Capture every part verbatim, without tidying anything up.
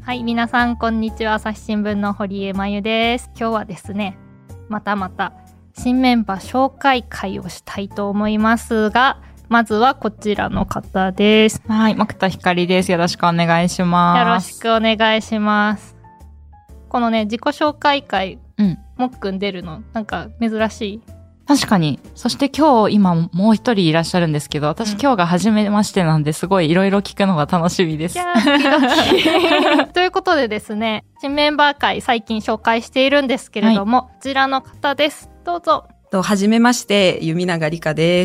はい、皆さんこんにちは。朝日新聞の堀江真由です。今日はですね、またまた新メンバー紹介会をしたいと思いますが、まずはこちらの方です。 はい、木田ひかりです。よろしくお願いします。 よろしくお願いします。このね、自己紹介会、うん、もっくん出るのなんか珍しい。 確かに。そして今日今もう一人いらっしゃるんですけど、私、うん、今日が初めましてなんですごいいろいろ聞くのが楽しみです。 いやー、ドキということでですね、新メンバー会最近紹介しているんですけれども、はい、こちらの方です。どうぞ。 とはじめまして、弓永理香です。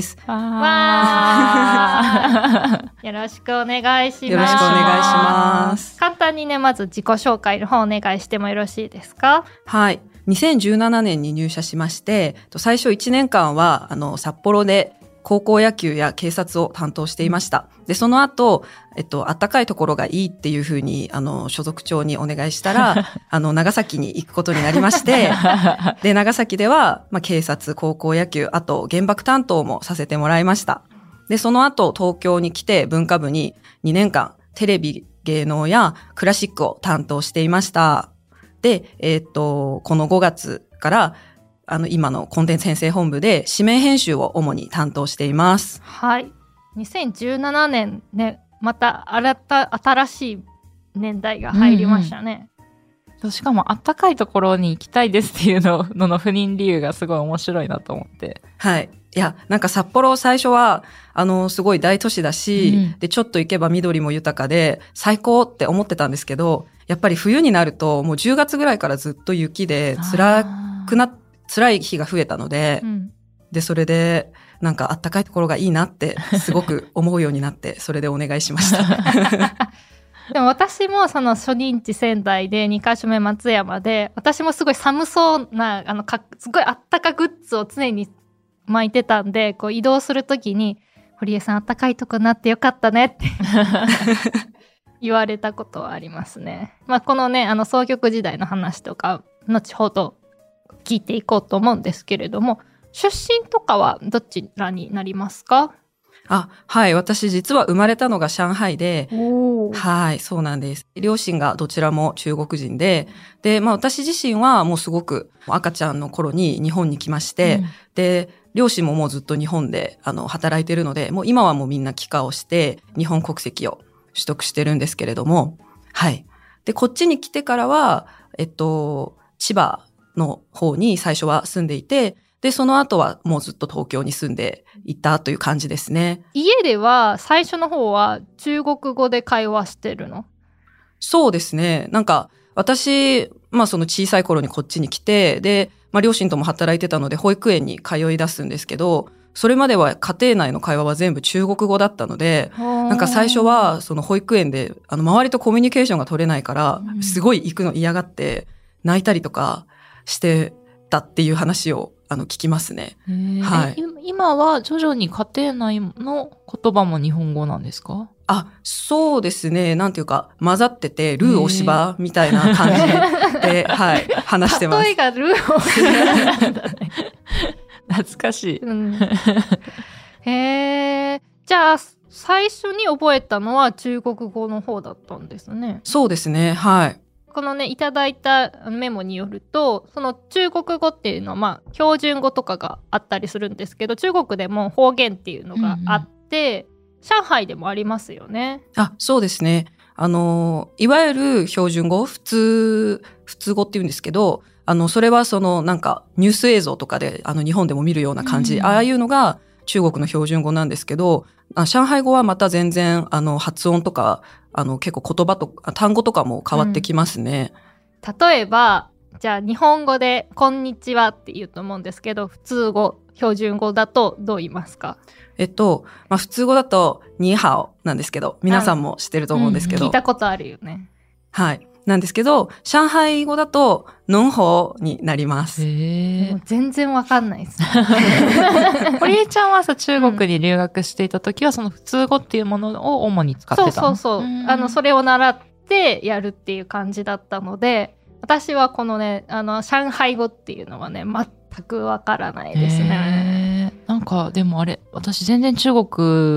わーよろしくお願いします。 よろしくお願いします。 簡単にね、まず自己紹介の方お願いしてもよろしいですか？ はい。にせんじゅうななねんに入社しまして、最初いちねんかんはあの札幌で高校野球や警察を担当していました。で、その後、えっと、暖かいところがいいっていうふうに、あの、所属長にお願いしたら、あの、長崎に行くことになりまして、で、長崎では、まあ、警察、高校野球、あと、原爆担当もさせてもらいました。で、その後、東京に来て文化部ににねんかん、テレビ、芸能やクラシックを担当していました。で、えっと、このごがつから、あの、今のコンテンツ編成本部で紙面編集を主に担当しています。 はい。にせんじゅうななねんね、また新た、新しい年代が入りましたね。 うんうん、しかも、暖かいところに行きたいですっていうののの赴任理由がすごい面白いなと思って。 はい。いや、なんか札幌最初は、あの、すごい大都市だし、うん、で、ちょっと行けば緑も豊かで、最高って思ってたんですけど、やっぱり冬になると、もうじゅうがつぐらいからずっと雪で辛くな、辛い日が増えたので、うん、で、それで、なんか暖かいところがいいなって、すごく思うようになって、それでお願いしました。 でも私もその初任地仙台でにかしょめ松山で、私もすごい寒そうな、あの、かすごいあったかグッズを常に巻いてたんで、こう移動するときに、堀江さんあったかいとこなってよかったねって言われたことはありますね。まあこのね、あの総局時代の話とか、後ほど聞いていこうと思うんですけれども、出身とかはどちらになりますか？ あ、はい。私実は生まれたのが上海で、はい、そうなんです。両親がどちらも中国人で、で、まあ私自身はもうすごく赤ちゃんの頃に日本に来まして、うん、で、両親ももうずっと日本であの働いてるので、もう今はもうみんな帰化をして日本国籍を取得してるんですけれども、はい。で、こっちに来てからは、えっと、千葉の方に最初は住んでいて、で、その後はもうずっと東京に住んでいたという感じですね。 家では最初の方は中国語で会話してるの？ そうですね。なんか私、まあその小さい頃にこっちに来て、で、まあ両親とも働いてたので保育園に通い出すんですけど、それまでは家庭内の会話は全部中国語だったので、なんか最初はその保育園であの周りとコミュニケーションが取れないから、すごい行くの嫌がって泣いたりとかしてたっていう話をあの聞きますね。 はい。今は徐々に家庭内の言葉も日本語なんですか？ あ、そうですね。なんていうか混ざっててルーおしばみたいな感じで、はい、話してます。 例えがルーおしばなんだね。 懐かしい。うん、 へー。じゃあ最初に覚えたのは中国語の方だったんですね。 そうですね。はい。 このね、いただいたメモによると、その中国語っていうのは、まあ、標準語とかがあったりするんですけど、中国でも方言っていうのがあって、うんうん、上海でもありますよね。 あ、そうですね。あの、いわゆる標準語、普通、普通語って言うんですけど、あの、それはその、なんか、ニュース映像とかで、あの、日本でも見るような感じ、うん、ああいうのが中国の標準語なんですけど、あ、上海語はまた全然、あの、発音とか、あの、結構言葉とか、単語とかも変わってきますね。 うん、例えば、じゃあ日本語でこんにちはって言うと思うんですけど、普通語、標準語だとどう言いますか？ えっと、まあ、普通語だと、ニーハオなんですけど、皆さんも知ってると思うんですけど。 うん、聞いたことあるよね。 はい。なんですけど、上海語だと、ノンホーになります。 へー。もう全然わかんないですね。 堀江ちゃんはさ、中国に留学していた時は、その普通語っていうものを主に使ってたの？ そうそうそう。あの、それを習ってやるっていう感じだったので、私はこのね、あの、上海語っていうのはね、全くわからないですね。 なんか、でもあれ、私全然中国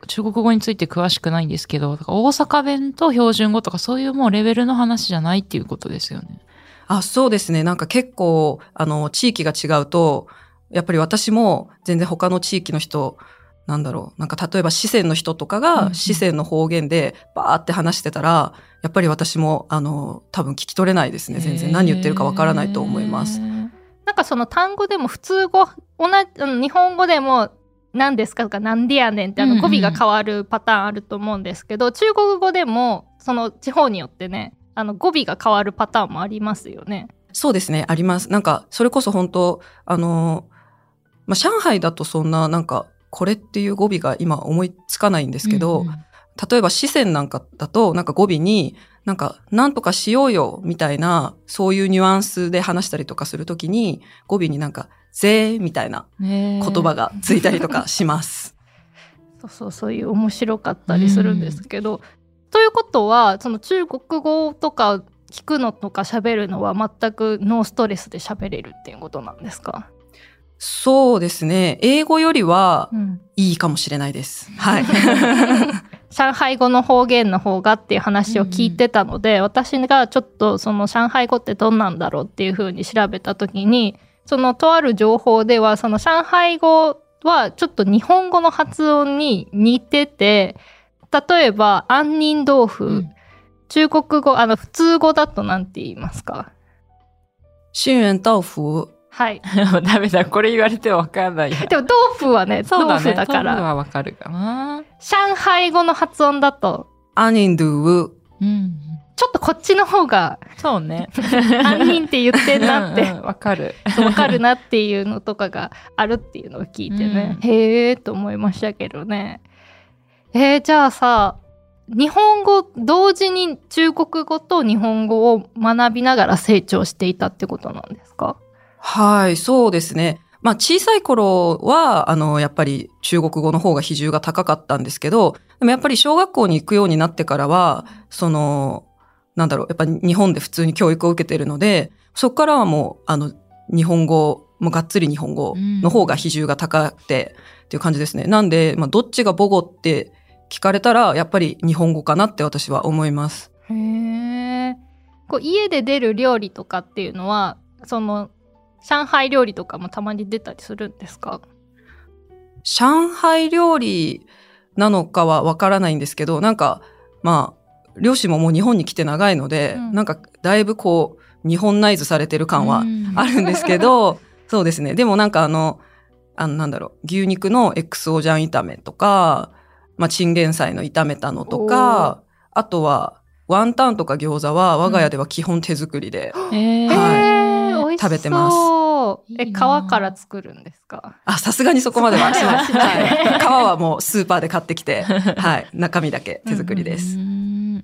中国語について詳しくないんですけど、大阪弁と標準語とかそういうもうレベルの話じゃないっていうことですよね。 あ、そうですね。なんか結構、あの、地域が違うと、やっぱり私も全然他の地域の人、なんだろう、なんか例えば四川の人とかが四川の方言でバーって話してたら、やっぱり私も、あの、多分聞き取れないですね。全然何言ってるかわからないと思います。 なんかその単語でも普通語、同じ、日本語でも何ですかとかなんでやねんってあの語尾が変わるパターンあると思うんですけど、うんうん、中国語でもその地方によってね、あの語尾が変わるパターンもありますよね。 そうですね、あります。なんかそれこそ本当あの、まあ、上海だとそんななんかこれっていう語尾が今思いつかないんですけど、うんうん、例えば四川なんかだとなんか語尾になんかなんとかしようよみたいなそういうニュアンスで話したりとかするときに語尾になんかぜーみたいな言葉がついたりとかします。 そうそう、そういう面白かったりするんですけど、ということはその中国語とか聞くのとか喋るのは全くノーストレスで喋れるっていうことなんですか？ そうですね。英語よりはいいかもしれないです。うん、はい。 上海語の方言の方がっていう話を聞いてたので、うん、私がちょっとその上海語ってどんなんだろうっていう風に調べたときに、そのとある情報ではその上海語はちょっと日本語の発音に似てて、例えば杏仁豆腐、うん、中国語、あの普通語だとなんて言いますか？ 杏仁豆腐。 はい。 ダメだ、これ言われてもわかんないや。 でも豆腐はね、 そうだね、 豆腐だから。 豆腐はわかるかな。 上海語の発音だと杏仁豆腐。 うん。ちょっとこっちの方が、 そうね。 杏仁って言ってんなって。 わ、うん、かる。 わかるなっていうのとかがあるっていうのを聞いてね。うん、へーと思いましたけどね。えー、じゃあさ、日本語、同時に中国語と日本語を学びながら成長していたってことなんですか？ はい、そうですね。まあ小さい頃は、あの、やっぱり中国語の方が比重が高かったんですけど、でもやっぱり小学校に行くようになってからは、その、なんだろう、やっぱり日本で普通に教育を受けているので、そこからはもう、あの、日本語、もうがっつり日本語の方が比重が高くて、っていう感じですね。なんで、まあどっちが母語って聞かれたら、やっぱり日本語かなって私は思います。 へー。こう家で出る料理とかっていうのは、その、上海料理とかもたまに出たりするんですか？ 上海料理なのかはわからないんですけど、なんか、まあ、両親ももう日本に来て長いので、うん、なんかだいぶこう、日本ナイズされてる感はあるんですけど、そうですね。でもなんかあの、あのなんだろう、牛肉の X オージャン炒めとか、まあ、チンゲン菜の炒めたのとか、あとは、ワンタンとか餃子は我が家では基本手作りで、 うん、はい、 食べてます。 え、皮から作るんですか？ あ、さすがにそこまではしない。はい、皮はもうスーパーで買ってきて、はい、中身だけ手作りです。 うん、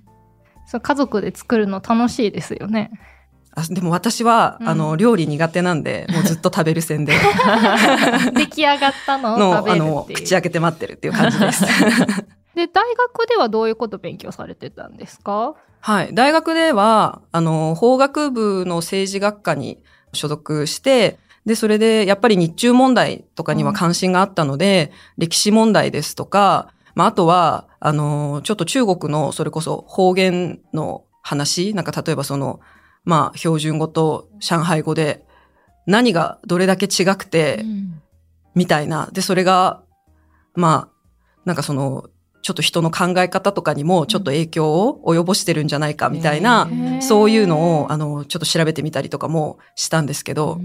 そう家族で作るの楽しいですよね。 あ、でも私は、うん、あの料理苦手なんで、もうずっと食べる線で出来上がったのを食べるっていう。 のあの口開けて待ってるっていう感じです。 で、大学ではどういうこと勉強されてたんですか？ はい、大学ではあの法学部の政治学科に所属して、で、それでやっぱり日中問題とかには関心があったので、うん、歴史問題ですとか、まあ、あとは、あの、ちょっと中国のそれこそ方言の話、なんか例えばその、まあ、標準語と上海語で何がどれだけ違くて、うん、みたいな。で、それが、まあ、なんかその、ちょっと人の考え方とかにもちょっと影響を及ぼしてるんじゃないかみたいな、うん、そういうのを、あの、ちょっと調べてみたりとかもしたんですけど、うん、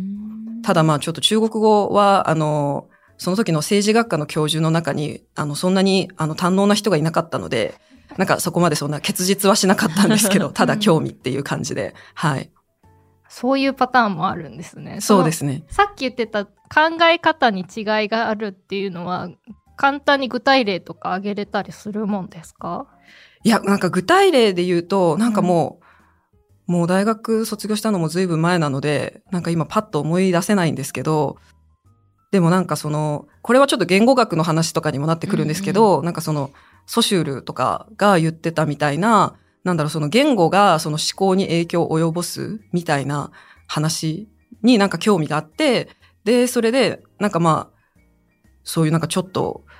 ただまあちょっと中国語は、あの、その時の政治学科の教授の中に、あの、そんなに、あの、堪能な人がいなかったので、なんかそこまでそんな結実はしなかったんですけど、ただ興味っていう感じで、はい。 そういうパターンもあるんですね。 そうですね。 さっき言ってた考え方に違いがあるっていうのは、簡単に具体例とか挙げれたりするもんですか？ いや、なんか具体例で言うと、なんかもう、うん、もう大学卒業したのも随分前なので、なんか今パッと思い出せないんですけど、でもなんかその、これはちょっと言語学の話とかにもなってくるんですけど、うんうん、なんかその、ソシュールとかが言ってたみたいな、なんだろう、その言語がその思考に影響を及ぼすみたいな話になんか興味があって、で、それで、なんかまあ、そういうなんかちょっと、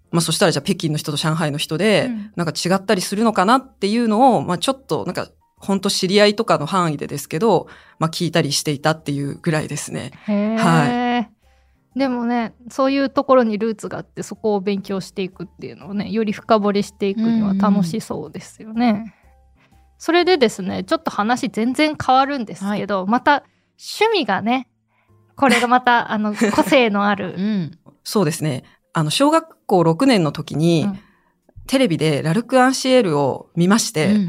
まあそしたらじゃあ北京の人と上海の人で、なんか違ったりするのかなっていうのを、まあちょっとなんか本当知り合いとかの範囲でですけど、まあ聞いたりしていたっていうぐらいですね。 へー。はい。でもね、そういうところにルーツがあって、そこを勉強していくっていうのをね、より深掘りしていくのは楽しそうですよね。うんうん、それでですね、ちょっと話全然変わるんですけど、はい、また趣味がね、これがまたあの個性のある、 うん、そうですね。あの小学校ろくねんの時に、うん、テレビでラルク・アンシエルを見まして、うんうん、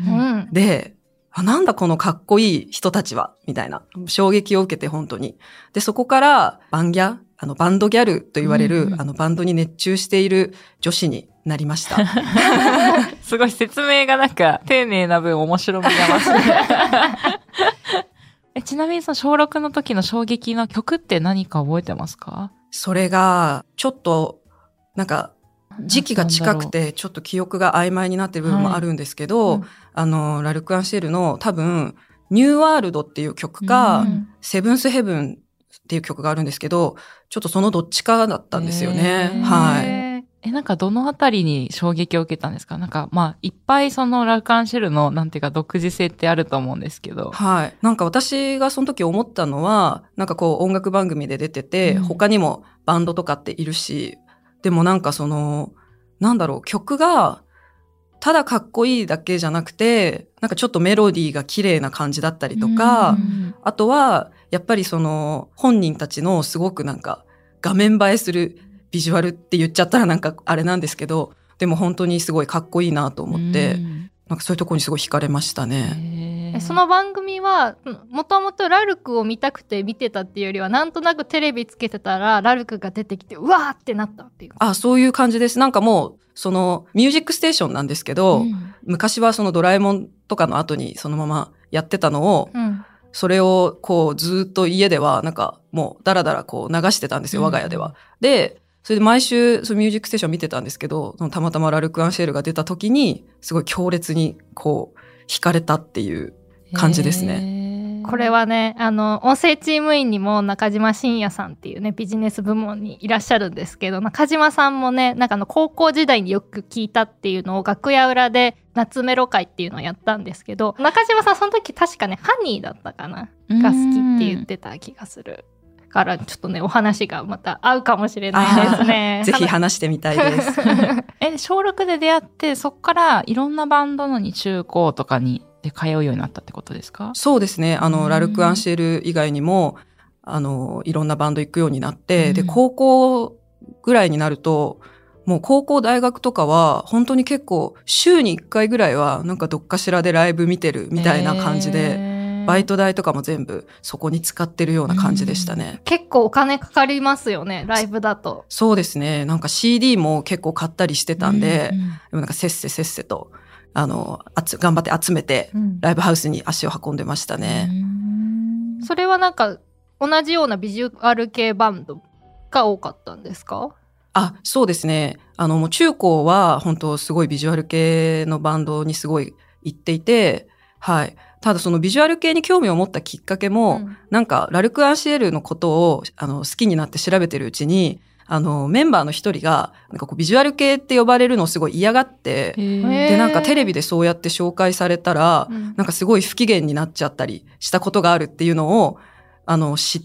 で、あ、なんだこのかっこいい人たちはみたいな衝撃を受けて本当に。で、そこからバンギャ、あのバンドギャルと言われる、うんうん、あのバンドに熱中している女子になりました。 すごい説明がなんか丁寧な分面白みが増して。え、ちなみにその小ろくの時の衝撃の曲って何か覚えてますか？ それがちょっとなんか時期が近くてちょっと記憶が曖昧になってる部分もあるんですけど、はいうん、あのラルク・アンシエルの多分ニューワールドっていう曲か、うん、セブンスヘブンっていう曲があるんですけど、ちょっとそのどっちかだったんですよね。はい。 え、なんかどのあたりに衝撃を受けたんですか？なんかまあいっぱいそのラルク・アンシェルのなんていうか独自性ってあると思うんですけど。 はい。なんか私がその時思ったのは、なんかこう音楽番組で出てて、うん、他にもバンドとかっているし、でもなんかその、なんだろう、曲がただかっこいいだけじゃなくて、なんかちょっとメロディーが綺麗な感じだったりとか、うん、あとはやっぱりその本人たちのすごくなんか画面映えするビジュアルって言っちゃったらなんかあれなんですけど、でも本当にすごいかっこいいなと思って、うん、なんかそういうところにすごい惹かれましたね。 その番組はもともとラルクを見たくて見てたっていうよりは、なんとなくテレビつけてたらラルクが出てきてうわーってなったっていう。 あ、そういう感じです。なんかもうそのミュージックステーションなんですけど、うん、昔はそのドラえもんとかの後にそのままやってたのを、うん、それをこうずっと家ではなんかもうダラダラこう流してたんですよ、我が家では。うん、で、それで毎週そのミュージックステーション見てたんですけど、たまたまラルク・アンシェルが出た時にすごい強烈にこう惹かれたっていう感じですね。 これはね、あの音声チーム員にも中島信也さんっていうねビジネス部門にいらっしゃるんですけど、中島さんもね、なんかあの高校時代によく聞いたっていうのを楽屋裏で夏メロ会っていうのをやったんですけど、中島さんその時確かねハニーだったかなが好きって言ってた気がするからちょっとねお話がまた合うかもしれないですね。 ぜひ話してみたいです。 え、小ろくで出会ってそっからいろんなバンドのに中高とかにで通うようになったってことですか？ そうですね。あのラルク・アンシェル以外にもあのいろんなバンド行くようになって、で高校ぐらいになるともう高校大学とかは本当に結構週にいっかいぐらいはなんかどっかしらでライブ見てるみたいな感じで、えーバイト代とかも全部そこに使ってるような感じでしたね。 結構お金かかりますよね、ライブだと。 そうですね。なんか シーディー も結構買ったりしてたんで、うんうん、でもなんかせっせせっせと、あの、あつ頑張って集めて、ライブハウスに足を運んでましたね。 うん、それはなんか同じようなビジュアル系バンドが多かったんですか？ あ、そうですね。あの、もう中高は本当すごいビジュアル系のバンドにすごい行っていて、はい。ただそのビジュアル系に興味を持ったきっかけも、うん、なんかラルク・アンシエルのことをあの好きになって調べてるうちに、あのメンバーの一人がなんかこうビジュアル系って呼ばれるのをすごい嫌がって、でなんかテレビでそうやって紹介されたら、うん、なんかすごい不機嫌になっちゃったりしたことがあるっていうのをあの知って、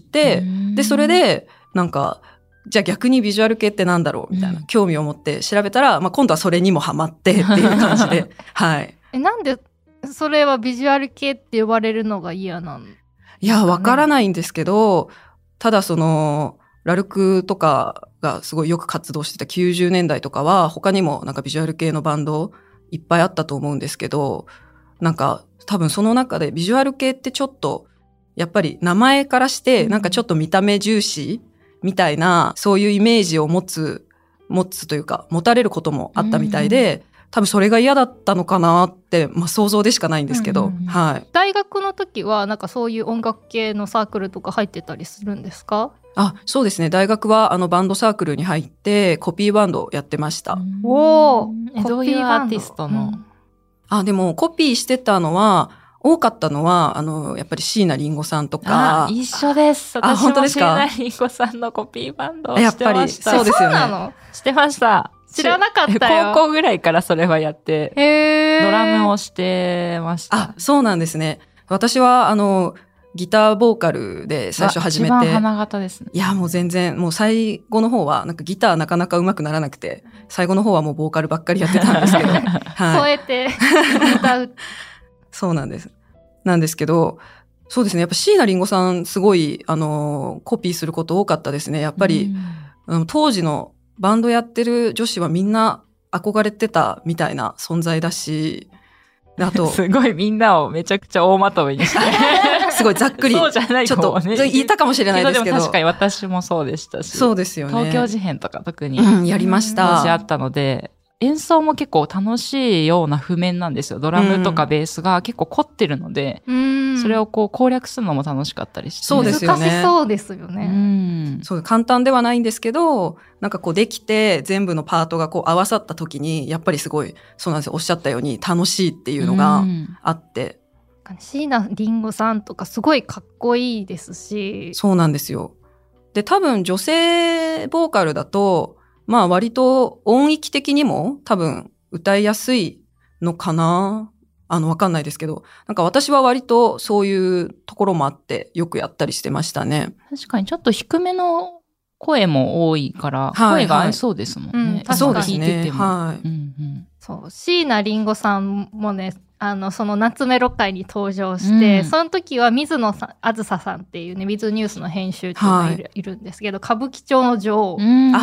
でそれでなんかじゃあ逆にビジュアル系ってなんだろうみたいな、うん、興味を持って調べたら、まあ、今度はそれにもハマってっていう感じで、はい。 え、なんでそれはビジュアル系って呼ばれるのが嫌なの？ いや、わからないんですけど、ただその、ラルクとかがすごいよく活動してたきゅうじゅうねんだいとかは、他にもなんかビジュアル系のバンドいっぱいあったと思うんですけど、なんか多分その中でビジュアル系ってちょっと、やっぱり名前からして、なんかちょっと見た目重視みたいな、そういうイメージを持つ、持つというか、持たれることもあったみたいで、多分それが嫌だったのかなって、まあ、想像でしかないんですけど、うんうんうん、はい。 大学の時はなんかそういう音楽系のサークルとか入ってたりするんですか？ あ、そうですね。大学はあのバンドサークルに入ってコピーバンドをやってました。 おー、どういうアーティストの、うん、 あ、でもコピーしてたのは多かったのはあのやっぱり椎名林檎さんとか。 あ、一緒です。私も椎名林檎さんのコピーバンドをしてました。 やっぱりそうですよね。 そうなの？してました。 知らなかったよ。 高校ぐらいからそれはやって、 へードラムをしてました。 あ、そうなんですね。私は、あの、ギターボーカルで最初始めて。 一番花形ですね。 いや、もう全然、もう最後の方は、なんかギターなかなか上手くならなくて、最後の方はもうボーカルばっかりやってたんですけど。はい。 添えて歌う。 そうなんです。なんですけど、そうですね。やっぱ椎名林檎さん、すごい、あの、コピーすること多かったですね。やっぱり、うん、当時のバンドやってる女子はみんな憧れてたみたいな存在だし、あと、 すごいみんなをめちゃくちゃ大まとめにして。 すごいざっくり。 そうじゃないちょっと、言いたかもしれないですけど。 でも確かに私もそうでしたし。 そうですよね。 東京事変とか特に。 うん、やりました。 当時あったので、演奏も結構楽しいような譜面なんですよ。ドラムとかベースが結構凝ってるので、うん、それをこう攻略するのも楽しかったりして。 そうですよね。 難しそうですよね。 うん、 そう、簡単ではないんですけど、なんかこうできて全部のパートがこう合わさった時に、やっぱりすごい、そうなんですよ。おっしゃったように楽しいっていうのがあって。 うん、椎名林檎さんとかすごいかっこいいですし。 そうなんですよ。で、多分女性ボーカルだと、まあ割と音域的にも多分歌いやすいのかな。あの、わかんないですけど、なんか私は割とそういうところもあってよくやったりしてましたね。 確かにちょっと低めの声も多いから、声が合いそうですもんね。 はいはい、 そうですね。 はい。 うんうん、 そう、椎名林檎さんもね、あの、その夏メロ会に登場して、うん、その時は水野さん、あずささんっていうね、水ニュースの編集長がいる、はい、いるんですけど、歌舞伎町の女王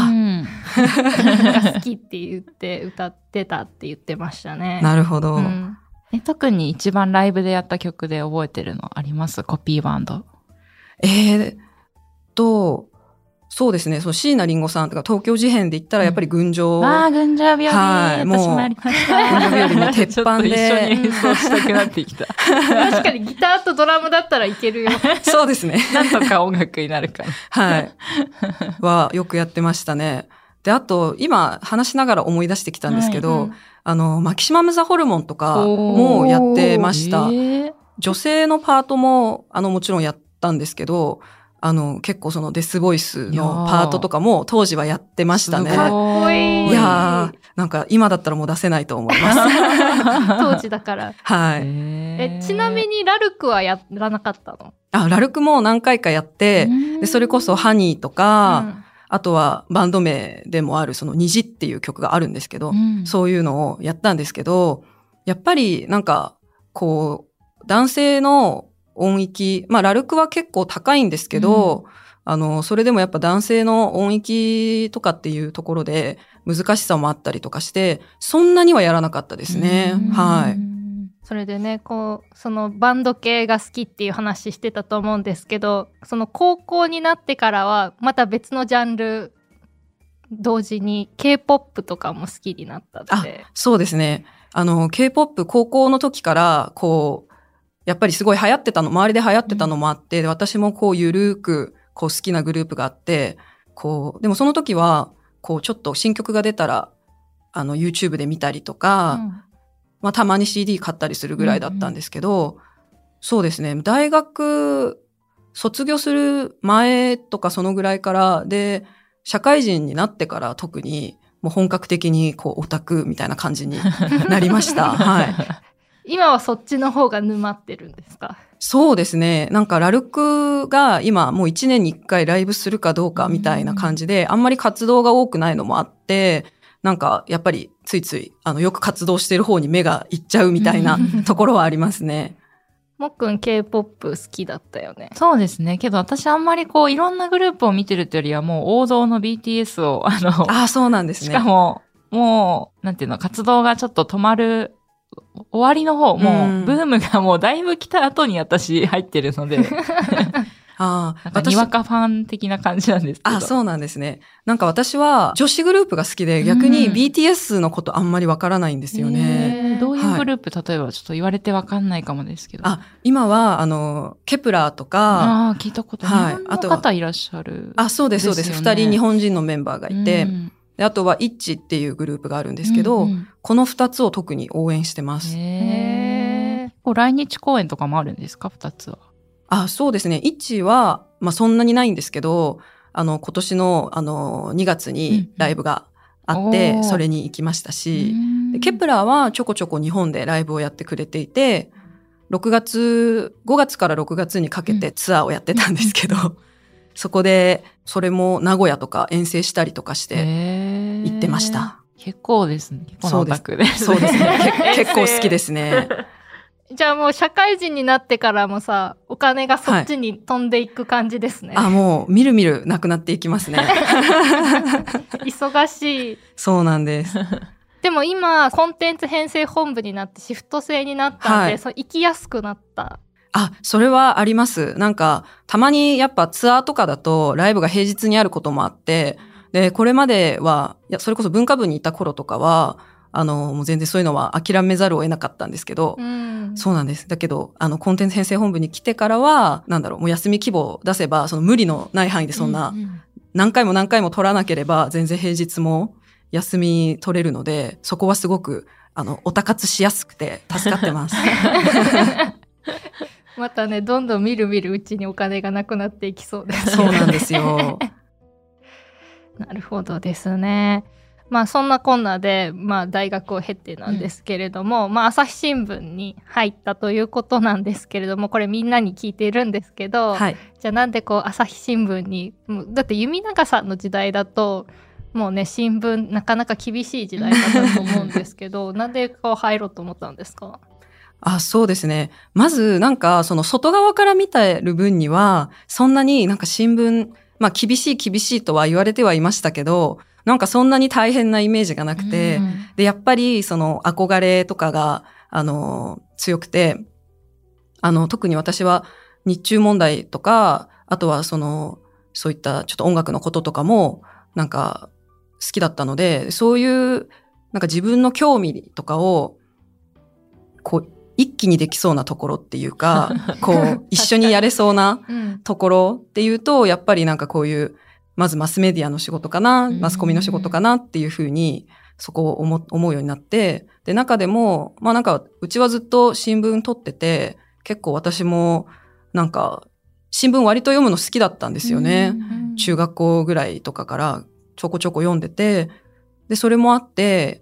が好きって言って歌ってたって言ってましたね。 なるほど。 うんえ特に一番ライブでやった曲で覚えてるのあります？コピーバンド。 えーっと、そうですね。そう、椎名林檎さんとか東京事変で言ったらやっぱり群青。 うん、ああ、群青日和。はい。私もありました。 群青日和の鉄板で。 ちょっと一緒に演奏したくなってきた。 確かにギターとドラムだったらいけるよ。 そうですね。 なんとか音楽になるから。 はい。は、よくやってましたね。で、あと、今話しながら思い出してきたんですけど、はいうんあの、マキシマムザホルモンとかもやってました。女性のパートも、あの、もちろんやったんですけど、あの、結構そのデスボイスのパートとかも当時はやってましたね。 かっこいい。 いやー、なんか今だったらもう出せないと思います。 当時だから。 はい。 え、ちなみにラルクはやらなかったの？ あ、ラルクも何回かやって、でそれこそハニーとか、うんあとはバンド名でもあるその虹っていう曲があるんですけど、うん、そういうのをやったんですけど、やっぱりなんかこう男性の音域、まあラルクは結構高いんですけど、うん、あのそれでもやっぱ男性の音域とかっていうところで難しさもあったりとかして、そんなにはやらなかったですね。はい。 それでね、こう、そのバンド系が好きっていう話してたと思うんですけど、その高校になってからは、また別のジャンル、同時に K-ポップ とかも好きになったって。 あ、そうですね。あの、K-ポップ 高校の時から、こう、やっぱりすごい流行ってたの、周りで流行ってたのもあって、うん、私もこう、ゆるーく、こう、好きなグループがあって、こう、でもその時は、こう、ちょっと新曲が出たら、あの、YouTube で見たりとか、うんまあ、たまに シーディー 買ったりするぐらいだったんですけど、うんうん、そうですね。大学卒業する前とかそのぐらいから、で、社会人になってから特にもう本格的にこうオタクみたいな感じになりました。はい。 今はそっちの方が沼ってるんですか？ そうですね。なんかラルクが今もう一年に一回ライブするかどうかみたいな感じで、うん、あんまり活動が多くないのもあって、なんか、やっぱり、ついつい、あの、よく活動してる方に目がいっちゃうみたいなところはありますね。 もっくん K-ポップ 好きだったよね。 そうですね。けど私あんまりこう、いろんなグループを見てるってよりはもう王道の ビーティーエス を、あの、 ああ、そうなんですね。 しかも、もう、なんていうの、活動がちょっと止まる、終わりの方、もう、ブームがもうだいぶ来た後に私入ってるので。 ああ、なんかにわかファン的な感じなんですけど。 あ、そうなんですね。なんか私は女子グループが好きで逆に ビーティーエス のことあんまりわからないんですよね。 どういうグループ、はい、例えばちょっと言われてわかんないかもですけど。 あ、今はあのケプラーとか、 ああ聞いたことない。はい、あと方いらっしゃる、ね。 あ、そうですそうです。二人日本人のメンバーがいて、であとはイッチっていうグループがあるんですけど、うんうん、この二つを特に応援してます。 へー。来日公演とかもあるんですか？二つは。 あ、そうですね。イッチは、まあ、そんなにないんですけど、あの、今年の、あの、にがつにライブがあっておーそれに行きましたし、 うんでケプラーはちょこちょこ日本でライブをやってくれていて、ろくがつごがつからろくがつにかけてツアーをやってたんですけど、そこでそれも名古屋とか遠征したりとかして行ってました。 結構ですね。結構なオタクですね。 そうですね。け結構好きですね。 じゃあもう社会人になってからもさ、お金がそっちに飛んでいく感じですね。 あ、もうみるみるなくなっていきますね。 忙しい。 そうなんです。 でも今、コンテンツ編成本部になってシフト制になったんで、 はいそう行きやすくなった。 あ、それはあります。なんか、たまにやっぱツアーとかだとライブが平日にあることもあって、で、これまでは、いや、それこそ文化部にいた頃とかは、あの、もう全然そういうのは諦めざるを得なかったんですけど、 うん、 そうなんです。だけど、あの、コンテンツ編成本部に来てからは、なんだろう、もう休み希望を出せば、その無理のない範囲でそんな、何回も何回も取らなければ、全然平日も休み取れるので、そこはすごく、あの、おたかつしやすくて助かってます。 またね、どんどんみるみるうちにお金がなくなっていきそうです。 そうなんですよ。 なるほどですね。まあそんなこんなで、まあ大学を経てなんですけれども、うん、まあ朝日新聞に入ったということなんですけれども、これみんなに聞いているんですけど、 はい、 じゃあなんでこう朝日新聞に、だって弓永さんの時代だと、もうね、新聞なかなか厳しい時代だったと思うんですけど、なんでこう入ろうと思ったんですか？ あ、そうですね。まずなんかその外側から見てる分には、そんなになんか新聞、まあ厳しい厳しいとは言われてはいましたけど、なんかそんなに大変なイメージがなくて、うん、で、やっぱりその憧れとかが、あの、強くて、あの、特に私は日中問題とか、あとはその、そういったちょっと音楽のこととかも、なんか好きだったので、そういう、なんか自分の興味とかを、こう、一気にできそうなところっていうか、こう、一緒にやれそうなところっていうと、やっぱりなんかこういう、まずマスメディアの仕事かな、マスコミの仕事かなっていうふうに、そこを思、思うようになって、で、中でも、まあなんか、うちはずっと新聞撮ってて、結構私も、なんか、新聞割と読むの好きだったんですよね。中学校ぐらいとかからちょこちょこ読んでて、で、それもあって、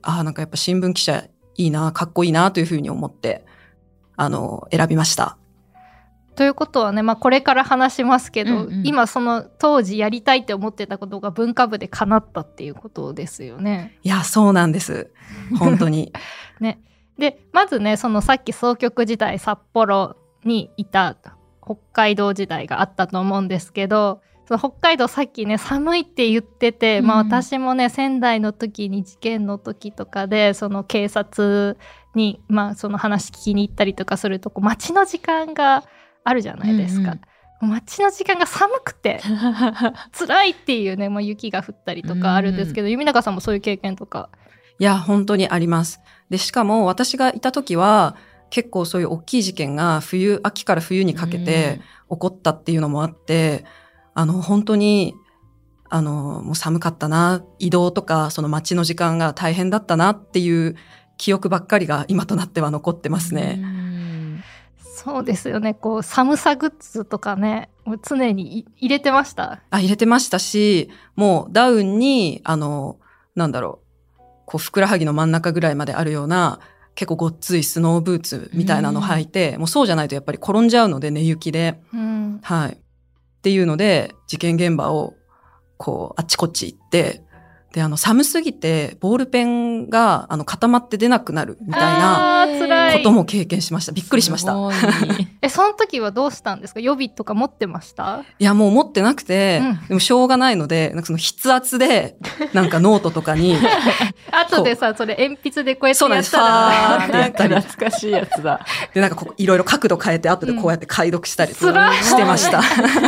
ああ、なんかやっぱ新聞記者いいな、かっこいいなというふうに思って、あの、選びました。 ということはね、まあこれから話しますけど、うんうん、今その当時やりたいって思ってたことが文化部で叶ったっていうことですよね。 いや、そうなんです。本当に。 ね。で、まずね、そのさっき総局時代札幌にいた北海道時代があったと思うんですけど、その北海道さっきね、寒いって言ってて、うん、まあ私もね、仙台の時に事件の時とかで、その警察に、まあその話聞きに行ったりとかすると、こう待ちの時間があるじゃないですか。うんうん、待ちの時間が寒くて辛いっていうね、もう雪が降ったりとかあるんですけど、うん、弓永さんもそういう経験とか？ いや、本当にあります。で、しかも私がいた時は、結構そういう大きい事件が冬、秋から冬にかけて起こったっていうのもあって、あの、本当に、あの、もう寒かったな、移動とか、その待ちの時間が大変だったなっていう記憶ばっかりが今となっては残ってますね。 うんそうですよね。こう、寒さグッズとかね、もう常に入れてました？ あ、入れてましたし、もうダウンに、あの、なんだろう、こう、ふくらはぎの真ん中ぐらいまであるような、結構ごっついスノーブーツみたいなの履いて、もうそうじゃないとやっぱり転んじゃうので、寝雪で。 うん、 はい。っていうので、事件現場を、こう、あっちこっち行って、で、あの、寒すぎて、ボールペンが、あの、固まって出なくなるみたいなことも経験しました。びっくりしました。 え、その時はどうしたんですか？予備とか持ってました？ いや、もう持ってなくて、うん、でもしょうがないので、なんかその筆圧で、なんかノートとかに。 後でさ、それ鉛筆でこうやってやったら。 そうなんです。 なんか懐かしいやつだ。 で、なんかこう、いろいろ角度変えて、後でこうやって解読したりしてました。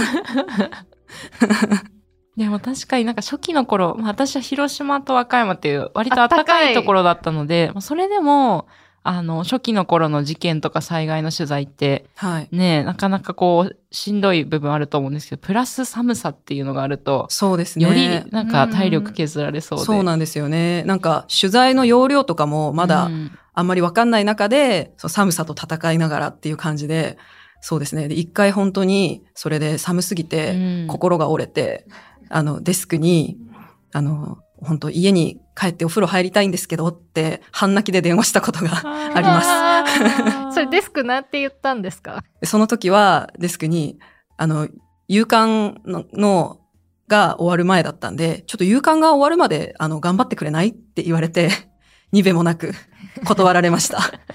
でも確かになんか初期の頃、まあ、私は広島と和歌山っていう割と暖かいところだったので、それでも、あの、初期の頃の事件とか災害の取材って、はい、ね、なかなかこう、しんどい部分あると思うんですけど、プラス寒さっていうのがあると、 そうですね。 よりなんか体力削られそうで。 うん、そうなんですよね。なんか取材の要領とかもまだあんまりわかんない中で、その寒さと戦いながらっていう感じで、そうですね。で、一回本当にそれで寒すぎて、心が折れて、うんあの、デスクに、あの、 本当家に帰ってお風呂入りたいんですけどって半泣きで電話したことがあります。 それデスクなんて言ったんですか？ その時はデスクに、あの、夕刊の、のが終わる前だったんで、ちょっと夕刊が終わるまで、あの、頑張ってくれないって言われて、にべもなく断られました。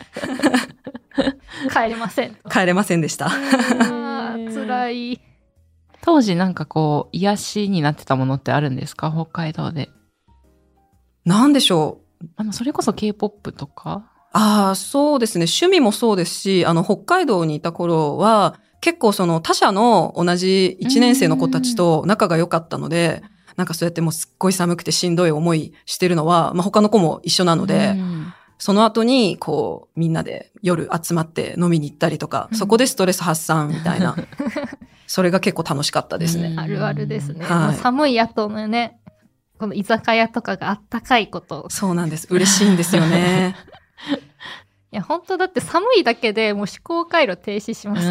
帰れません。 帰れませんでした。 あ辛い。 当時なんかこう、癒しになってたものってあるんですか？北海道で。 なんでしょう。 あの、それこそ K-ポップ とか？ ああ、そうですね。趣味もそうですし、あの、北海道にいた頃は、結構その他社の同じいちねん生の子たちと仲が良かったので、なんかそうやってもうすっごい寒くてしんどい思いしてるのは、まあ、他の子も一緒なので、その後にこうみんなで夜集まって飲みに行ったりとか、そこでストレス発散みたいな、それが結構楽しかったですね。 あるあるですね。 はい、 寒い後のね、この居酒屋とかがあったかいこと。 そうなんです。嬉しいんですよね。 いや本当だって寒いだけでもう思考回路停止しますから、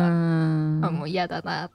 あもう嫌だなって。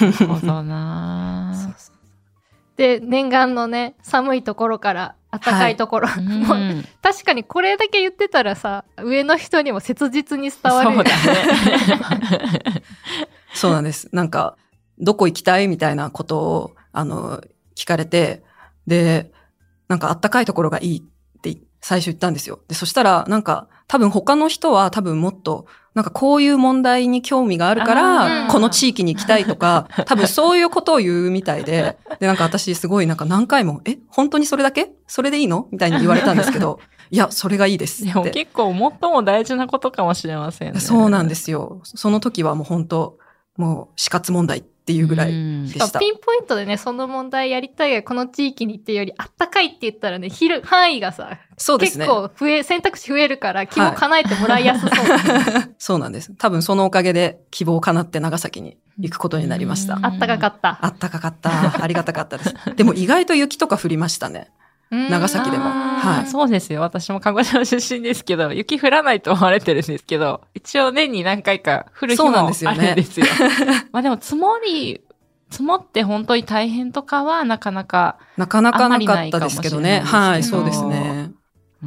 なるほどな。そうそうで念願のね寒いところから暖かいところ、はい、もう確かにこれだけ言ってたらさ上の人にも切実に伝わる。 そうだね。 そうなんです。なんかどこ行きたいみたいなことをあの聞かれて、でなんか暖かいところがいいって最初言ったんですよ。でそしたらなんか多分他の人は多分もっとなんかこういう問題に興味があるからこの地域に行きたいとか多分そういうことを言うみたいで、でなんか私すごいなんか何回もえ本当にそれだけそれでいいのみたいに言われたんですけどいやそれがいいですって。 でも結構最も大事なことかもしれませんね。 そうなんですよ。その時はもう本当もう死活問題っていうぐらいでした。 ピンポイントでねその問題やりたいがこの地域にっていうよりあったかいって言ったらね広範囲がさそうですね、 結構増え選択肢増えるから希望叶えてもらいやすそう、 はい、そうなんです。多分そのおかげで希望叶って長崎に行くことになりました。 あったかかったあったかかったありがたかったです。でも意外と雪とか降りましたね。長崎でも、はい、 そうですよ。私も鹿児島出身ですけど、雪降らないと思われてるんですけど、一応年に何回か降る日もあるんですよ。そうなんですよね。まあでも積もり、積もって本当に大変とかはなかなかなかなかなかったですけどね。はい、そうですね。 うん、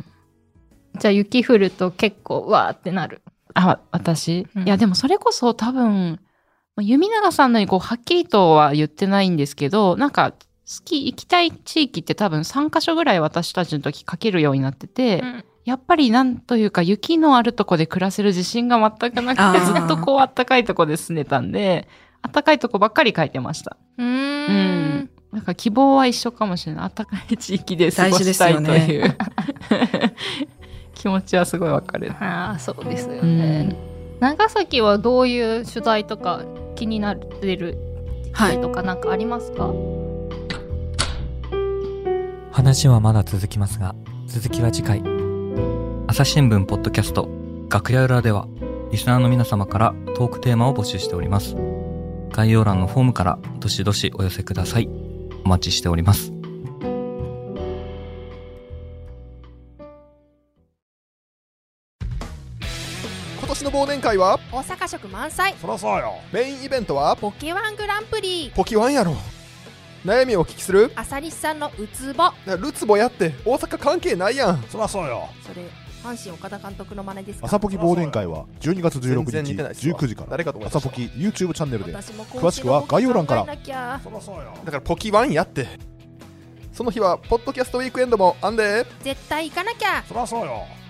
じゃあ雪降ると結構わーってなる。 あ、私、うん、いやでもそれこそ多分弓永さんのようにこうはっきりとは言ってないんですけど、なんか好き行きたい地域って多分さんカ所ぐらい私たちの時書けるようになってて、うん、やっぱりなんというか雪のあるとこで暮らせる自信が全くなくてずっとこうあったかいとこで住んでたんで、あったかいとこばっかり書いてました。 うーん、うんなんか希望は一緒かもしれない。暖かい地域で過ごしたいという、ね、気持ちはすごいわかる。 ああ、そうですよね、うん。長崎はどういう取材とか気になってる機とかなんかありますか？はい、 話はまだ続きますが、続きは次回。朝日新聞ポッドキャスト楽屋裏ではリスナーの皆様からトークテーマを募集しております。概要欄のフォームからどしどしお寄せください。お待ちしております。 今年の忘年会は大阪食満載。 そらそうよ。メインイベントはポケワングランプリ。 ポケワンやろ。悩みをお聞きする朝西さんのうつぼ。 ルツボやって大阪関係ないやん。そらそうよ。 それ阪神岡田監督の真似ですか？ 朝ポキ忘年会はじゅうにがつじゅうろくにちじゅうくじから朝ポキ YouTube チャンネルで、詳しくは概要欄から。そらそうよ。だからポキワンやって。その日はポッドキャストウィークエンドもあんで。 絶対行かなきゃ。 そらそうよ。